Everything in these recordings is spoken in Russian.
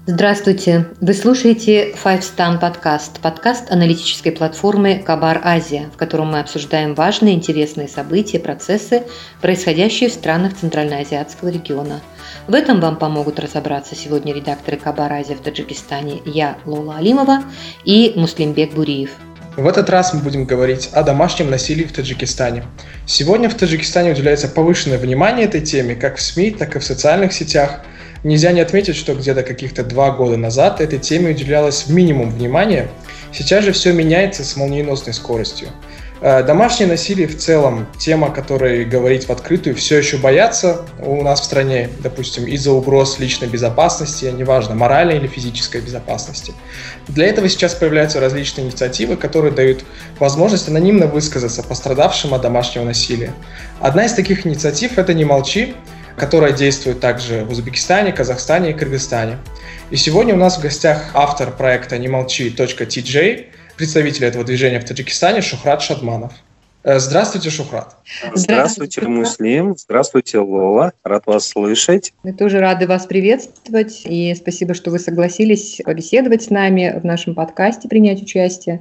Здравствуйте! Вы слушаете Five Stan подкаст аналитической платформы Кабар Азия, в котором мы обсуждаем важные и интересные события, процессы, происходящие в странах Центральноазиатского региона. В этом вам помогут разобраться сегодня редакторы Кабар Азия в Таджикистане я, Лола Алимова, и Муслимбек Буриев. В этот раз мы будем говорить о домашнем насилии в Таджикистане. Сегодня в Таджикистане уделяется повышенное внимание этой теме как в СМИ, так и в социальных сетях. Нельзя не отметить, что где-то каких-то 2 года назад этой теме уделялось минимум внимания. Сейчас же все меняется с молниеносной скоростью. Домашнее насилие в целом – тема, которой говорить в открытую все еще боятся у нас в стране, допустим, из-за угроз личной безопасности, неважно, моральной или физической безопасности. Для этого сейчас появляются различные инициативы, которые дают возможность анонимно высказаться пострадавшим от домашнего насилия. Одна из таких инициатив – это «Не молчи», которая действует также в Узбекистане, Казахстане и Кыргызстане. И сегодня у нас в гостях автор проекта немолчи.tj, представитель этого движения в Таджикистане Шухрат Шадманов. Здравствуйте, Шухрат. Здравствуйте, Муслим. Здравствуйте, Лола. Рад вас слышать. Мы тоже рады вас приветствовать. И спасибо, что вы согласились побеседовать с нами в нашем подкасте, принять участие.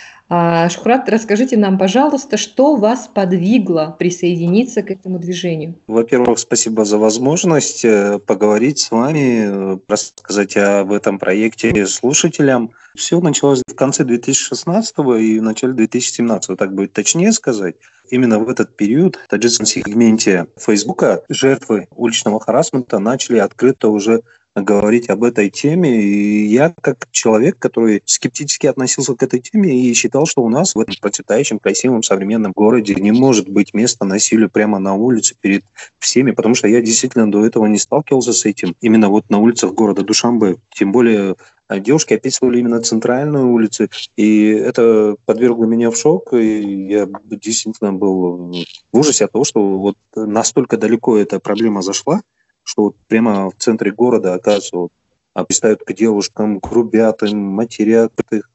Шухрат, расскажите нам, пожалуйста, что вас подвигло присоединиться к этому движению? Во-первых, спасибо за возможность поговорить с вами, рассказать об этом проекте слушателям. Все началось в конце 2016 и в начале 2017, так будет точнее сказать. Именно в этот период в таджикском сегменте Фейсбука жертвы уличного харассмента начали открыто уже говорить об этой теме. И я, как человек, который скептически относился к этой теме и считал, что у нас в этом процветающем, красивом, современном городе не может быть места насилию прямо на улице перед всеми, потому что я действительно до этого не сталкивался с этим. Именно вот на улицах города Душанбе. Тем более девушки описывали именно центральную улицу, и это подвергло меня в шок, и я действительно был в ужасе от того, что вот настолько далеко эта проблема зашла, что вот прямо в центре города, оказывается, пристают к девушкам, грубят им, матерят их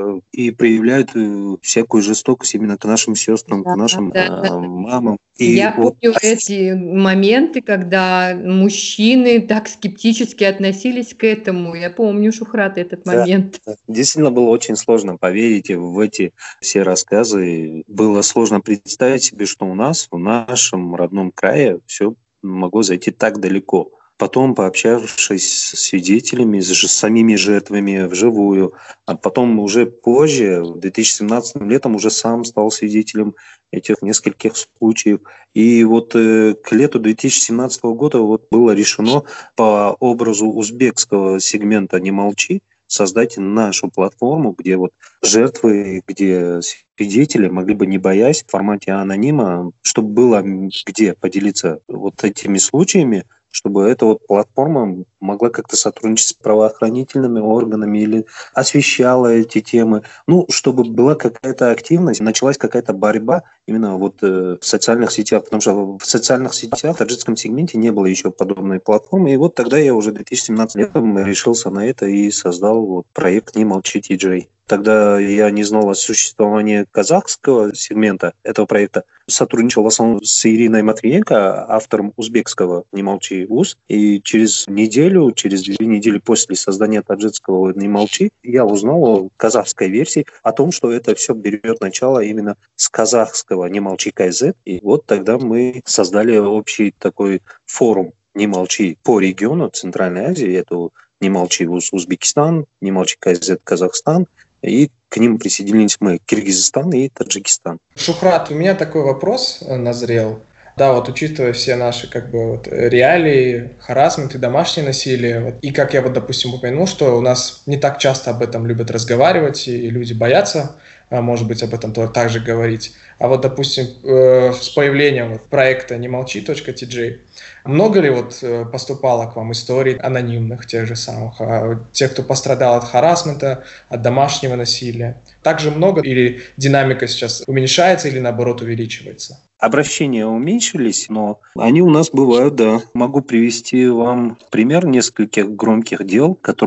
и проявляют всякую жестокость именно к нашим сестрам, к нашим мамам. И я помню эти моменты, когда мужчины так скептически относились к этому. Я помню, Шухрат, этот момент. Да. Действительно было очень сложно поверить в эти все рассказы. Было сложно представить себе, что у нас, в нашем родном крае, все могло зайти так далеко. Потом, пообщавшись с свидетелями, с самими жертвами вживую, а потом уже позже, в 2017 летом, уже сам стал свидетелем этих нескольких случаев. И вот к лету 2017 года вот было решено по образу узбекского сегмента «Не молчи» создать нашу платформу, где вот жертвы, где свидетели могли бы, не боясь, в формате анонима, чтобы было где поделиться вот этими случаями, чтобы эта вот платформа могла как-то сотрудничать с правоохранительными органами или освещала эти темы. Ну, чтобы была какая-то активность, началась какая-то борьба именно вот в социальных сетях, потому что в социальных сетях в таджикском сегменте не было еще подобной платформы. И вот тогда я уже в 2017 летом решился на это и создал вот проект «Не молчи.tj». Тогда я не знал о существовании казахского сегмента этого проекта. Сотрудничал в основном с Ириной Матвиенко, автором узбекского «Не молчи» УЗ. И через 2 недели после создания таджикского «Не молчи» я узнал о казахской версии, о том, что это все берет начало именно с казахского «Не молчи КЗ». И вот тогда мы создали общий такой форум «Не молчи» по региону Центральной Азии. Это «Не молчи Узбекистан», «Не молчи КЗ Казахстан». И к ним присоединились мы, Киргизстан и Таджикистан. Шухрат, у меня такой вопрос назрел. Да, вот учитывая все наши реалии, харассмент и домашнее насилие, и как я допустим, упомянул, что у нас не так часто об этом любят разговаривать, и люди боятся, может быть, об этом также говорить. А вот, допустим, с появлением проекта «немолчи.tj» много ли поступало к вам историй анонимных, тех же самых, тех, кто пострадал от харассмента, от домашнего насилия? Также много или динамика сейчас уменьшается или наоборот увеличивается? Обращения уменьшились, но они у нас бывают, да. Могу привести вам пример нескольких громких дел, которые вот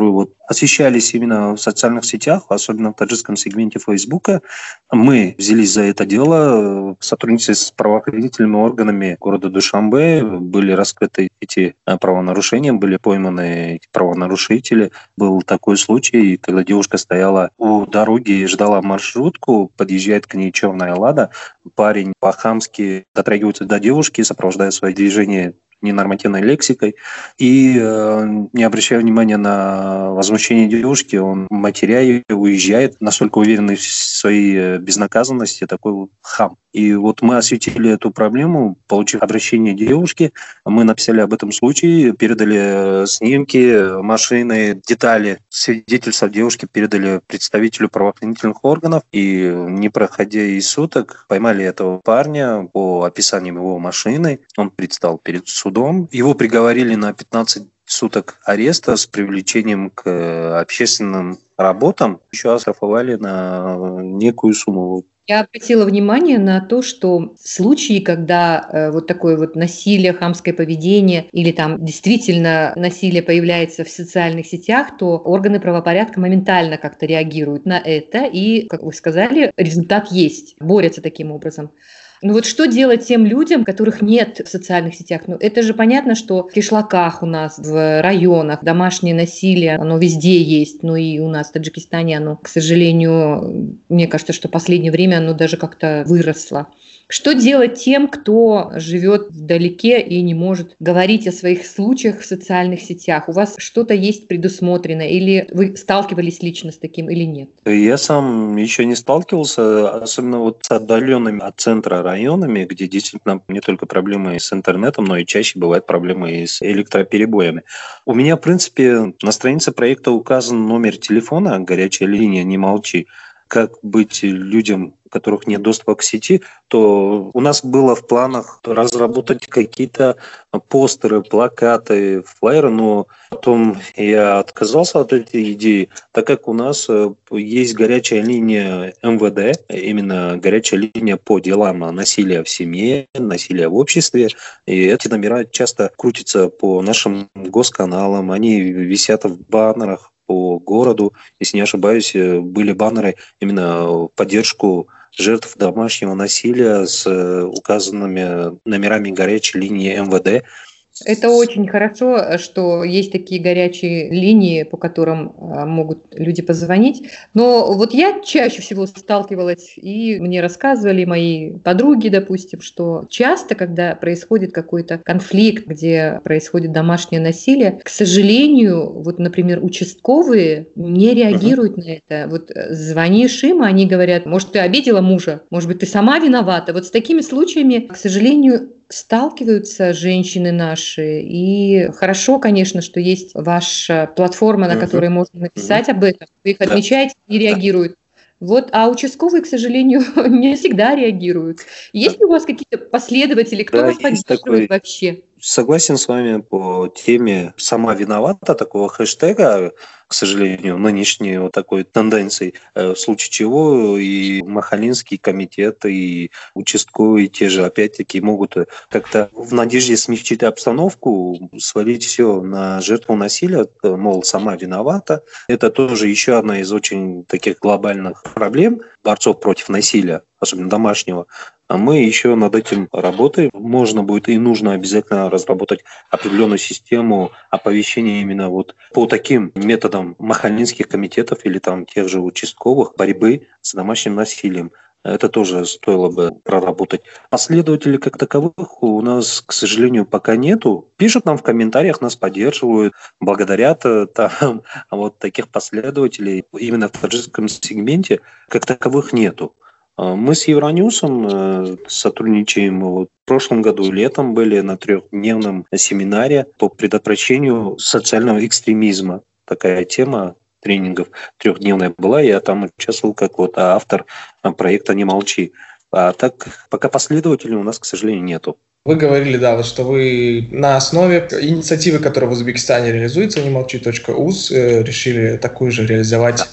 освещались именно в социальных сетях, особенно в таджикском сегменте Фейсбука. Мы взялись за это дело, в сотрудничестве с правоохранительными органами города Душанбе были раскрыты эти правонарушения, были пойманы эти правонарушители. Был такой случай, когда девушка стояла у дороги и ждала маршрутку, подъезжает к ней черная «Лада», парень по-хамски дотрагивается до девушки, сопровождая свои движения ненормативной лексикой, и, не обращая внимания на возмущение девушки, он, матеря ее, уезжает, настолько уверенный в своей безнаказанности, такой вот хам. И вот мы осветили эту проблему, получив обращение девушки, мы написали об этом случае, передали снимки машины, детали свидетельства девушки, передали представителю правоохранительных органов, и, не проходя и суток, поймали этого парня по описаниям его машины, он предстал перед судом, его приговорили на 15 суток ареста с привлечением к общественным работам, еще оштрафовали на некую сумму. Я обратила внимание на то, что случаи, когда вот такое вот насилие, хамское поведение или там действительно насилие появляется в социальных сетях, то органы правопорядка моментально как-то реагируют на это и, как вы сказали, результат есть, борются таким образом. Ну вот что делать тем людям, которых нет в социальных сетях? Ну это же понятно, что в кишлаках у нас, в районах домашнее насилие, оно везде есть. Ну и у нас в Таджикистане оно, к сожалению, мне кажется, что в последнее время оно даже как-то выросло. Что делать тем, кто живет вдалеке и не может говорить о своих случаях в социальных сетях? У вас что-то есть предусмотрено или вы сталкивались лично с таким или нет? Я сам еще не сталкивался, особенно вот с отдаленными от центра районами, где действительно не только проблемы с интернетом, но и чаще бывают проблемы и с электроперебоями. У меня, в принципе, на странице проекта указан номер телефона, горячая линия «Не молчи». Как быть людям, у которых нет доступа к сети, то у нас было в планах разработать какие-то постеры, плакаты, флайеры, но потом я отказался от этой идеи, так как у нас есть горячая линия МВД, именно горячая линия по делам насилия в семье, насилия в обществе, и эти номера часто крутятся по нашим госканалам, они висят в баннерах по городу. Если не ошибаюсь, были баннеры именно в поддержку жертв домашнего насилия с указанными номерами горячей линии МВД. Это очень хорошо, что есть такие горячие линии, по которым могут люди позвонить. Но вот я чаще всего сталкивалась, и мне рассказывали мои подруги, допустим, что часто, когда происходит какой-то конфликт, где происходит домашнее насилие, к сожалению, вот, например, участковые не реагируют на это. Вот звонишь им, они говорят, может, ты обидела мужа, может быть, ты сама виновата. Вот с такими случаями, к сожалению, сталкиваются женщины наши, и хорошо, конечно, что есть ваша платформа, на которой можно написать об этом, вы их отмечаете и реагируют. Вот, а участковые, к сожалению, не всегда реагируют. Есть ли у вас какие-то последователи, кто вас поддерживает вообще? Согласен с вами по теме «сама виновата», такого хэштега, к сожалению, нынешней вот такой тенденции, в случае чего и Махалинский комитет, и участковые те же, опять-таки, могут как-то в надежде смягчить обстановку, свалить все на жертву насилия, мол, сама виновата. Это тоже еще одна из очень таких глобальных проблем борцов против насилия, особенно домашнего. А мы еще над этим работаем. Можно будет и нужно обязательно разработать определенную систему оповещения именно вот по таким методам махалинских комитетов или там тех же участковых борьбы с домашним насилием. Это тоже стоило бы проработать. Последователей как таковых у нас, к сожалению, пока нету. Пишут нам в комментариях, нас поддерживают, благодарят. Там, а вот таких последователей именно в таджикском сегменте как таковых нету. Мы с Евроньюсом сотрудничаем. В прошлом году летом были на 3-дневном семинаре по предотвращению социального экстремизма. Такая тема тренингов 3-дневная была. Я там участвовал как вот автор проекта «Не молчи». А так пока последователей у нас, к сожалению, нету. Вы говорили, да, вот что вы на основе инициативы, которая в Узбекистане реализуется, немолчи.уз, решили такую же реализовать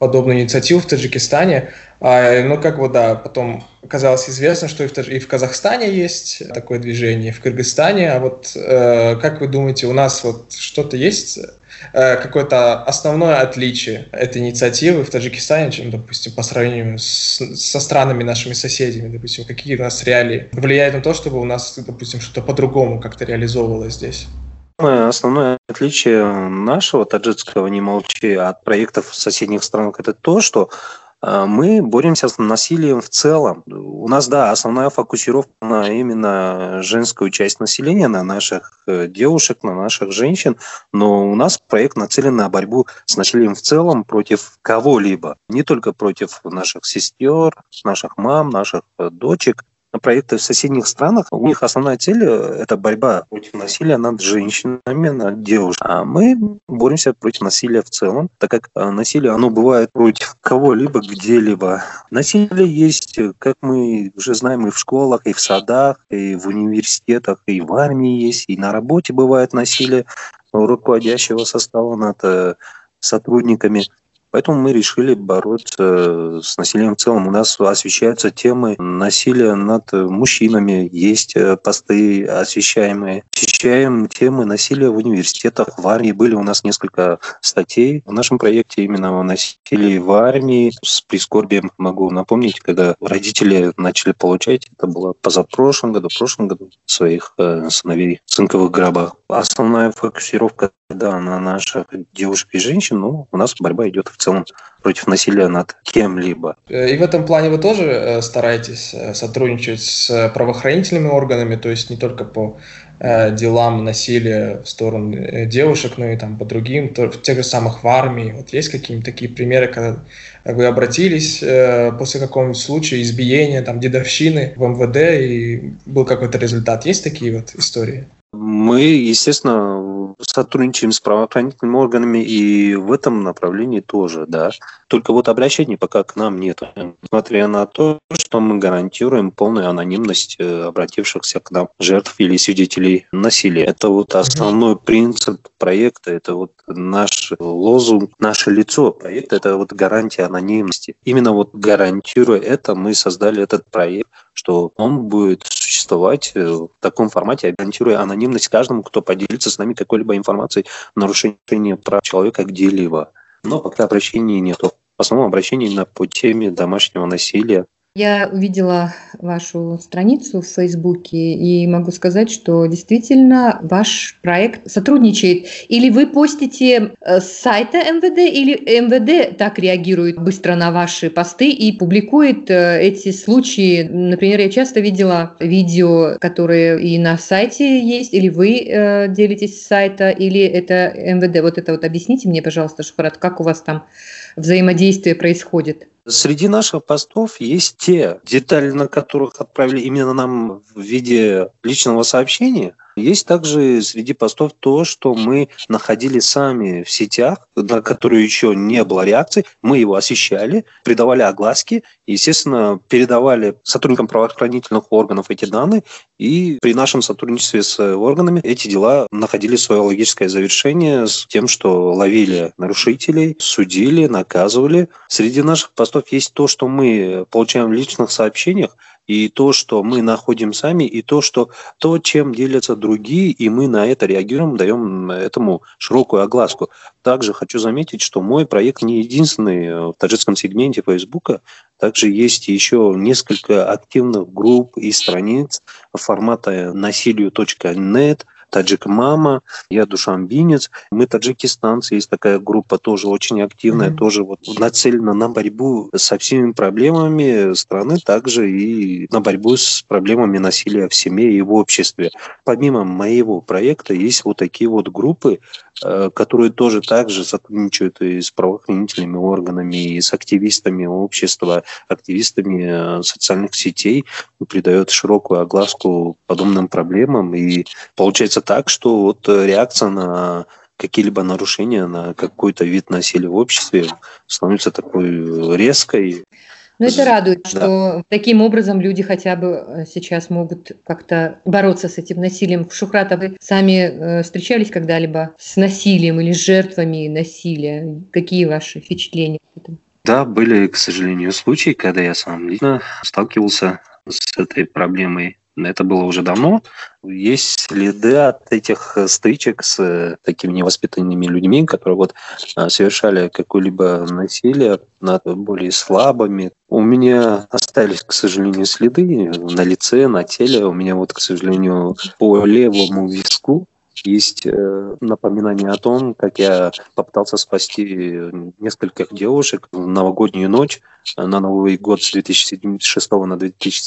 подобную инициативу в Таджикистане. Потом оказалось известно, что и в Казахстане есть такое движение, и в Кыргызстане. А вот как вы думаете, у нас вот что-то есть, какое-то основное отличие этой инициативы в Таджикистане, чем, допустим, по сравнению со странами нашими соседями, допустим, какие у нас реалии влияют на то, чтобы у нас, допустим, что-то по-другому как-то реализовывалось здесь? Самое основное отличие нашего таджикского «Не молчи» от проектов в соседних странах – это то, что мы боремся с насилием в целом. У нас, да, основная фокусировка на именно женскую часть населения, на наших девушек, на наших женщин, но у нас проект нацелен на борьбу с насилием в целом против кого-либо, не только против наших сестер, наших мам, наших дочек. Проекты в соседних странах, у них основная цель – это борьба против насилия над женщинами, над девушками. А мы боремся против насилия в целом, так как насилие, оно бывает против кого-либо, где-либо. Насилие есть, как мы уже знаем, и в школах, и в садах, и в университетах, и в армии есть, и на работе бывает насилие руководящего состава над сотрудниками. Поэтому мы решили бороться с насилием в целом. У нас освещаются темы насилия над мужчинами, есть посты освещаемые. Освещаем темы насилия в университетах, в армии. Были у нас несколько статей в нашем проекте именно о насилии в армии. С прискорбием могу напомнить, когда родители начали получать, это было позапрошлом году, в прошлом году, своих сыновей в цинковых гробах. Основная фокусировка, да, на наших девушек и женщин, но у нас борьба идет в целом против насилия над кем-либо. И в этом плане вы тоже стараетесь сотрудничать с правоохранительными органами, то есть не только по делам насилия в сторону девушек, но и там по другим, в тех же самых в армии. Вот есть какие-нибудь такие примеры, когда вы обратились после какого-нибудь случая избиения, там, дедовщины в МВД, и был какой-то результат? Есть такие вот истории? Мы, естественно, сотрудничаем с правоохранительными органами и в этом направлении тоже, да. Только вот обращений пока к нам нет, несмотря на то, что мы гарантируем полную анонимность обратившихся к нам жертв или свидетелей насилия. Это вот основной принцип проекта, это вот наш лозунг, наше лицо проекта, это вот гарантия анонимности. Именно вот гарантируя это, мы создали этот проект, что он будет существовать в таком формате, гарантируя анонимность каждому, кто поделится с нами какой-либо информацией о нарушении прав человека где-либо. Но пока обращений нету. В основном обращений именно по теме домашнего насилия. Я увидела вашу страницу в Фейсбуке и могу сказать, что действительно ваш проект сотрудничает. Или вы постите с сайта МВД, или МВД так реагирует быстро на ваши посты и публикует эти случаи. Например, я часто видела видео, которые и на сайте есть, или вы делитесь с сайта, или это МВД. Вот это вот объясните мне, пожалуйста, Шухрат, как у вас там взаимодействие происходит? Среди наших постов есть те детали, на которых отправили именно нам в виде личного сообщения. Есть также среди постов то, что мы находили сами в сетях, на которые еще не было реакции. Мы его освещали, придавали огласки, и, естественно, передавали сотрудникам правоохранительных органов эти данные. И при нашем сотрудничестве с органами эти дела находили свое логическое завершение с тем, что ловили нарушителей, судили, наказывали. Среди наших постов есть то, что мы получаем в личных сообщениях, и то, что мы находим сами, и то, чем делятся другие, и мы на это реагируем, даем этому широкую огласку. Также хочу заметить, что мой проект не единственный в таджикском сегменте Фейсбука. Также есть еще несколько активных групп и страниц формата насилию.нет, Таджик Мама, я душанбинец. Мы таджикистанцы, есть такая группа тоже очень активная, тоже вот нацелена на борьбу со всеми проблемами страны, также и на борьбу с проблемами насилия в семье и в обществе. Помимо моего проекта есть вот такие вот группы, которые тоже также сотрудничают и с правоохранительными органами, и с активистами общества, активистами социальных сетей, придает широкую огласку подобным проблемам. И получается так, что вот реакция на какие-либо нарушения, на какой-то вид насилия в обществе становится такой резкой. Но это радует, что таким образом люди хотя бы сейчас могут как-то бороться с этим насилием. Шухрат, а вы сами встречались когда-либо с насилием или с жертвами насилия? Какие ваши впечатления? Да, были, к сожалению, случаи, когда я сам лично сталкивался с этой проблемой. Это было уже давно. Есть следы от этих стычек с такими невоспитанными людьми, которые совершали какое-либо насилие над более слабыми. У меня остались, к сожалению, следы на лице, на теле. У меня к сожалению, по левому виску есть напоминание о том, как я попытался спасти нескольких девушек в новогоднюю ночь на Новый год с 2006 на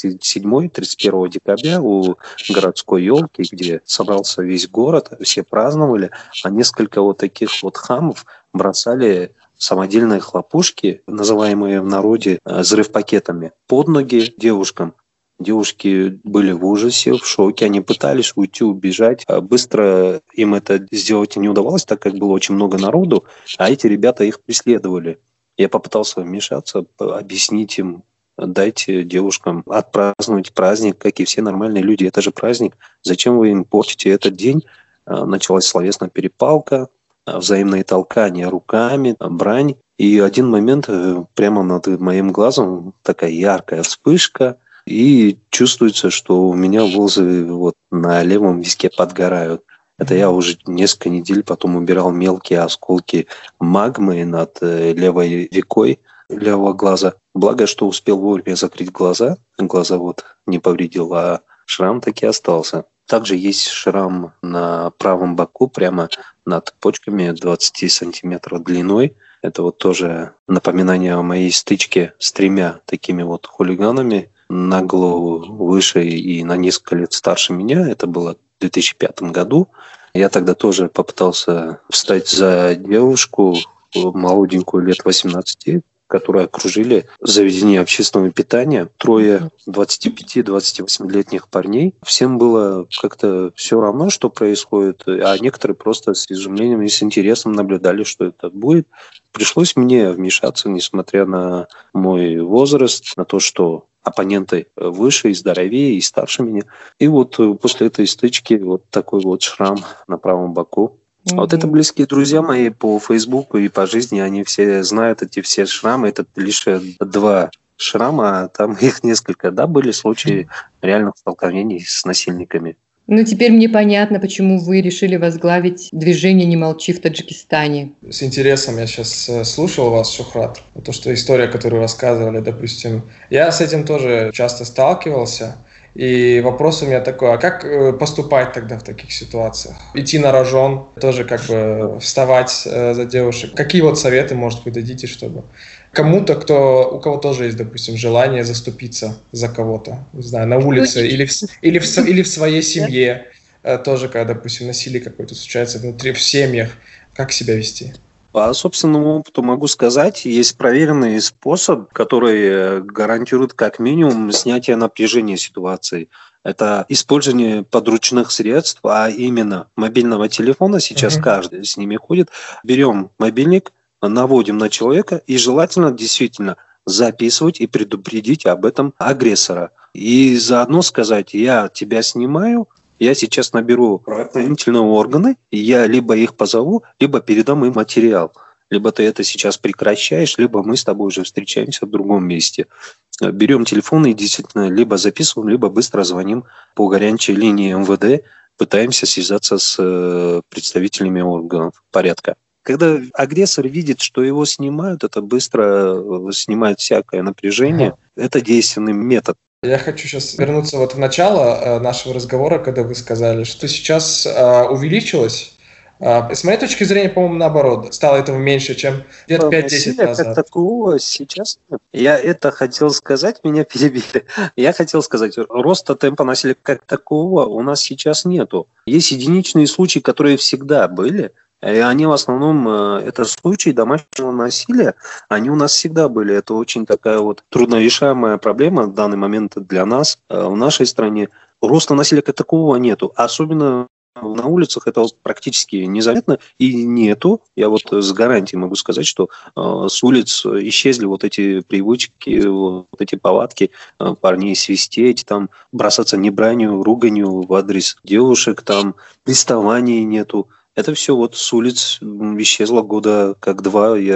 2007, 31 декабря у городской елки, где собрался весь город, все праздновали, а несколько таких хамов бросали самодельные хлопушки, называемые в народе взрыв-пакетами, под ноги девушкам. Девушки были в ужасе, в шоке, они пытались уйти, убежать. Быстро им это сделать не удавалось, так как было очень много народу, а эти ребята их преследовали. Я попытался вмешаться, объяснить им, дайте девушкам отпраздновать праздник, как и все нормальные люди. Это же праздник. Зачем вы им портите этот день? Началась словесная перепалка, взаимное толкание руками, брань. И один момент прямо над моим глазом такая яркая вспышка, и чувствуется, что у меня волосы на левом виске подгорают. Это я уже несколько недель потом убирал мелкие осколки магмы над левой векой левого глаза. Благо, что успел вовремя закрыть глаза. Глаза не повредил, а шрам таки остался. Также есть шрам на правом боку, прямо над почками 20 сантиметров длиной. Это тоже напоминание о моей стычке с 3 такими хулиганами, на голову выше и на несколько лет старше меня. Это было в 2005 году. Я тогда тоже попытался встать за девушку, молоденькую, лет 18, которые окружили заведение общественного питания. 3 25-28-летних парней. Всем было как-то все равно, что происходит, а некоторые просто с изумлением и с интересом наблюдали, что это будет. Пришлось мне вмешаться, несмотря на мой возраст, на то, что оппоненты выше и здоровее, и старше меня. И после этой стычки такой шрам на правом боку. Это близкие друзья мои по Фейсбуку и по жизни, они все знают эти все шрамы. Это лишь 2 шрама, а там их несколько. Да, были случаи реальных столкновений с насильниками. Теперь мне понятно, почему вы решили возглавить движение «Не молчи» в Таджикистане. С интересом я сейчас слушал вас, Шухрат. То, что история, которую рассказывали, допустим. Я с этим тоже часто сталкивался. И вопрос у меня такой, а как поступать тогда в таких ситуациях? Идти на рожон, тоже вставать за девушек. Какие советы, может, вы дадите, чтобы кому-то, у кого тоже есть, допустим, желание заступиться за кого-то, не знаю, на улице или в своей семье, тоже, когда, допустим, насилие какое-то случается внутри, в семьях, как себя вести? По собственному опыту могу сказать, есть проверенный способ, который гарантирует как минимум снятие напряжения ситуации. Это использование подручных средств, а именно мобильного телефона. Сейчас каждый с ними ходит. Берем мобильник, наводим на человека и желательно действительно записывать и предупредить об этом агрессора. И заодно сказать: я тебя снимаю, я сейчас наберу правоохранительные органы, и я либо их позову, либо передам им материал. Либо ты это сейчас прекращаешь, либо мы с тобой уже встречаемся в другом месте. Берем телефон и действительно либо записываем, либо быстро звоним по горячей линии МВД, пытаемся связаться с представителями органов порядка. Когда агрессор видит, что его снимают, это быстро снимает всякое напряжение. Это действенный метод. Я хочу сейчас вернуться в начало нашего разговора, когда вы сказали, что сейчас увеличилось. С моей точки зрения, по-моему, наоборот, стало этого меньше, чем лет 5-10 назад. Такого сейчас нет. Я это хотел сказать, меня перебили. Я хотел сказать, роста темпа насилия как такого у нас сейчас нету. Есть единичные случаи, которые всегда были. И они в основном, это случаи домашнего насилия, они у нас всегда были. Это очень такая труднорешаемая проблема в данный момент для нас, в нашей стране. Роста насилия как такового нету. Особенно на улицах это практически незаметно и нету. Я с гарантией могу сказать, что с улиц исчезли эти привычки, эти повадки парней свистеть, бросаться не бранью, руганью в адрес девушек, приставаний нету. Это все с улиц исчезло года как 2. Я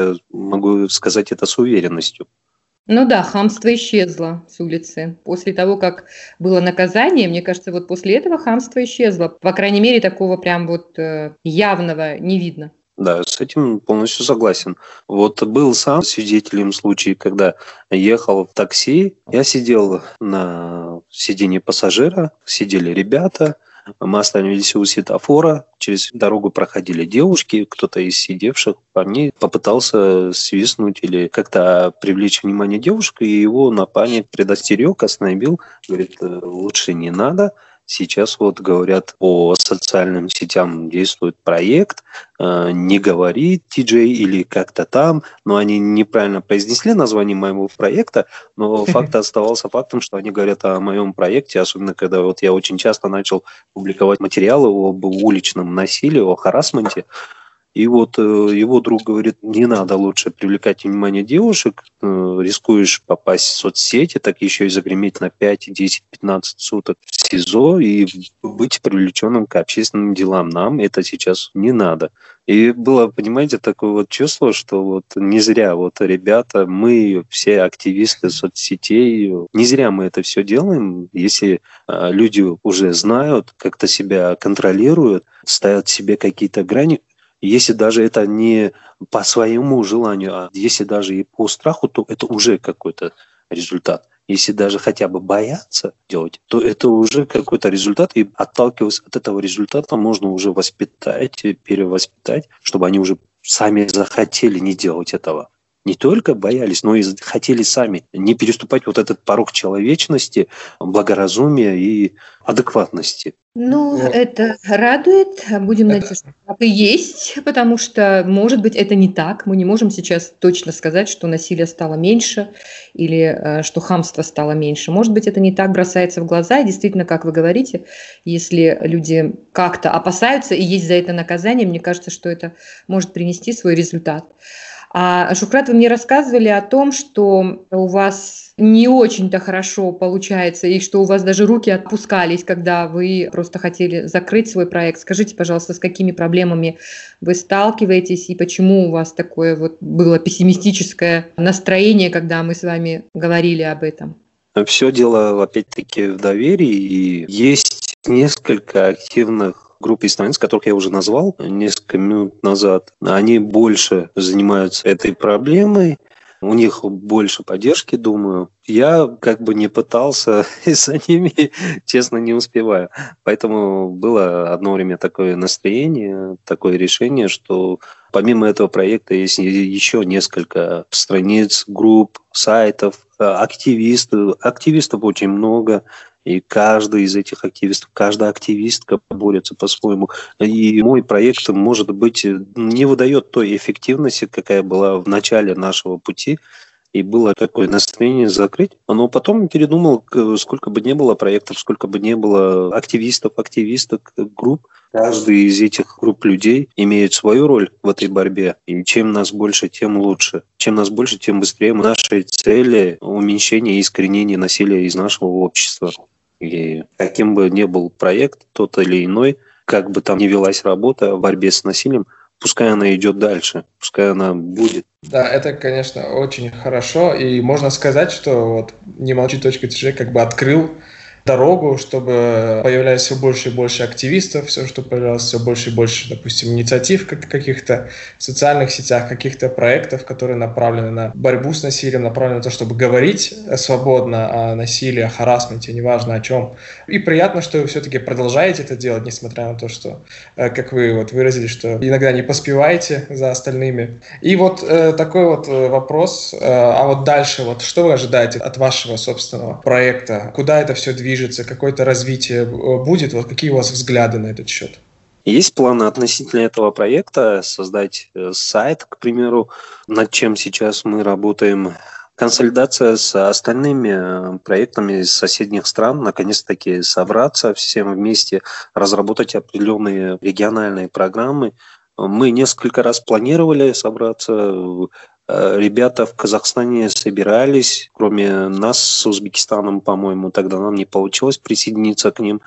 могу сказать это с уверенностью. Ну да, хамство исчезло с улицы. После того, как было наказание, мне кажется, вот после этого хамство исчезло. По крайней мере, такого прям вот явного не видно. Да, с этим полностью согласен. Вот был сам свидетелем случая, когда ехал в такси, я сидел на сиденье пассажира, сидели ребята, мы остановились у светофора, через дорогу проходили девушки, кто-то из сидевших парней попытался свистнуть или как-то привлечь внимание девушки, и его напарник предостерег, остановил, говорит, лучше не надо. Сейчас вот говорят по социальным сетям действует проект «Не говори, TJ» или как-то там, но они неправильно произнесли название моего проекта, но факт оставался фактом, что они говорят о моем проекте, особенно когда вот я очень часто начал публиковать материалы об уличном насилии, о харассменте. И вот его друг говорит, не надо лучше привлекать внимание девушек, рискуешь попасть в соцсети, так еще и загреметь на 5, 10, 15 суток в СИЗО и быть привлеченным к общественным делам. Нам это сейчас не надо. И было, понимаете, такое вот чувство, что вот не зря вот ребята, мы все активисты соцсетей, не зря мы это все делаем, если люди уже знают, как-то себя контролируют, ставят себе какие-то грани. Если даже это не по своему желанию, а если даже и по страху, то это уже какой-то результат. Если даже хотя бы бояться делать, то это уже какой-то результат. И отталкиваясь от этого результата, можно уже воспитать, перевоспитать, чтобы они уже сами захотели не делать этого. Не только боялись, но и хотели сами не переступать вот этот порог человечности, благоразумия и адекватности. Ну, это радует. Будем надеяться, что так и есть, потому что, может быть, это не так. Мы не можем сейчас точно сказать, что насилие стало меньше или что хамство стало меньше. Может быть, это не так бросается в глаза. И действительно, как вы говорите, если люди как-то опасаются и есть за это наказание, мне кажется, что это может принести свой результат. А, Шухрат, вы мне рассказывали о том, что у вас не очень-то хорошо получается, и что у вас даже руки отпускались, когда вы просто хотели закрыть свой проект. Скажите, пожалуйста, с какими проблемами вы сталкиваетесь, и почему у вас такое вот было пессимистическое настроение, когда мы с вами говорили об этом? Все дело, опять-таки, в доверии, и есть несколько активных группы страниц, которых я уже назвал несколько минут назад. Они больше занимаются этой проблемой, у них больше поддержки, думаю. Я как бы не пытался, и за ними, честно, не успеваю. Поэтому было одно время такое настроение, такое решение, что помимо этого проекта есть еще несколько страниц, групп, сайтов, активистов очень много. И каждый из этих активистов, каждая активистка борется по-своему. И мой проект, может быть, не выдает той эффективности, какая была в начале нашего пути. И было такое настроение закрыть. Но потом передумал, сколько бы ни было проектов, сколько бы ни было активистов, активисток, групп. Каждый из этих групп людей имеет свою роль в этой борьбе. И чем нас больше, тем лучше. Чем нас больше, тем быстрее мы нашей цели уменьшения и искоренения насилия из нашего общества. И каким бы ни был проект, тот или иной, как бы там ни велась работа в борьбе с насилием, пускай она идет дальше, пускай она будет. Да, это, конечно, очень хорошо. И можно сказать, что вот «Не молчи.tj» как бы открыл дорогу, чтобы появлялось все больше и больше активистов, чтобы появлялось все больше и больше, допустим, инициатив каких-то в социальных сетях, каких-то проектов, которые направлены на борьбу с насилием, направлены на то, чтобы говорить свободно о насилии, о харассменте, неважно о чем. И приятно, что вы все-таки продолжаете это делать, несмотря на то, что, как вы вот выразились, что иногда не поспеваете за остальными. И вот такой вот вопрос, а вот дальше, вот что вы ожидаете от вашего собственного проекта? Куда это все движется? Какое-то развитие будет? Вот какие у вас взгляды на этот счет? Есть планы относительно этого проекта создать сайт, к примеру, над чем сейчас мы работаем. Консолидация с остальными проектами из соседних стран, наконец-таки собраться всем вместе, разработать определенные региональные программы. Мы несколько раз планировали собраться. Ребята в Казахстане собирались, кроме нас с Узбекистаном, по-моему, тогда нам не получилось присоединиться к ним.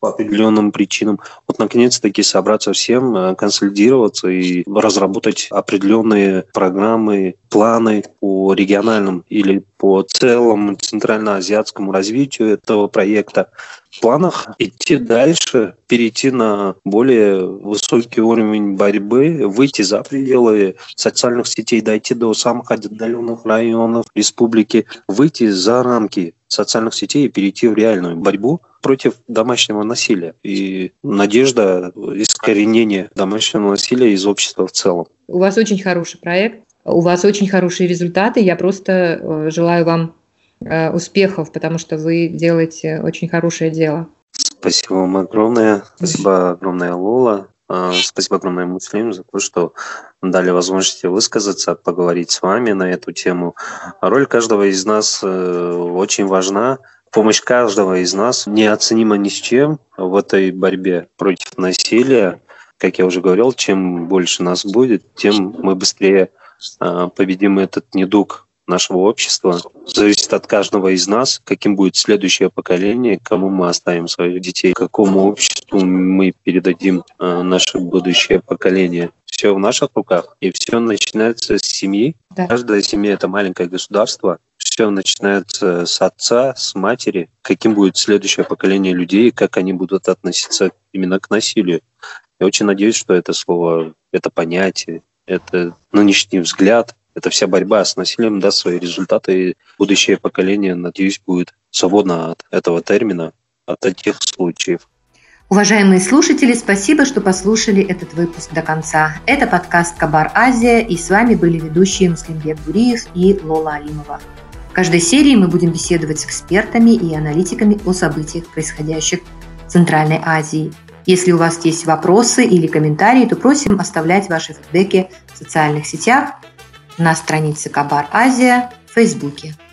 по определенным причинам. Вот наконец-таки собраться всем, консолидироваться и разработать определенные программы, планы по региональным или по целому центральноазиатскому развитию этого проекта. В планах идти дальше, перейти на более высокий уровень борьбы, выйти за пределы социальных сетей, дойти до самых отдаленных районов республики, выйти за рамки социальных сетей и перейти в реальную борьбу против домашнего насилия. И надежда искоренения домашнего насилия из общества в целом. У вас очень хороший проект, у вас очень хорошие результаты. Я просто желаю вам успехов, потому что вы делаете очень хорошее дело. Спасибо вам огромное. Спасибо огромное, Лола. Спасибо огромное, Муслим, за то, что дали возможность высказаться, поговорить с вами на эту тему. Роль каждого из нас очень важна. Помощь каждого из нас неоценима ни с чем в этой борьбе против насилия. Как я уже говорил, чем больше нас будет, тем мы быстрее победим этот недуг нашего общества. Зависит от каждого из нас, каким будет следующее поколение, кому мы оставим своих детей, какому обществу мы передадим наше будущее поколение. Все в наших руках, и все начинается с семьи. Да. Каждая семья — это маленькое государство. Все начинается с отца, с матери. Каким будет следующее поколение людей, как они будут относиться именно к насилию. Я очень надеюсь, что это слово, это понятие, это нынешний взгляд, эта вся борьба с насилием даст свои результаты, и будущее поколение, надеюсь, будет свободно от этого термина, от этих случаев. Уважаемые слушатели, спасибо, что послушали этот выпуск до конца. Это подкаст «Кабар Азия», и с вами были ведущие Муслимбек Буриев и Лола Алимова. В каждой серии мы будем беседовать с экспертами и аналитиками о событиях, происходящих в Центральной Азии. Если у вас есть вопросы или комментарии, то просим оставлять ваши фидбэки в социальных сетях, на странице Кабар Азия в Фейсбуке.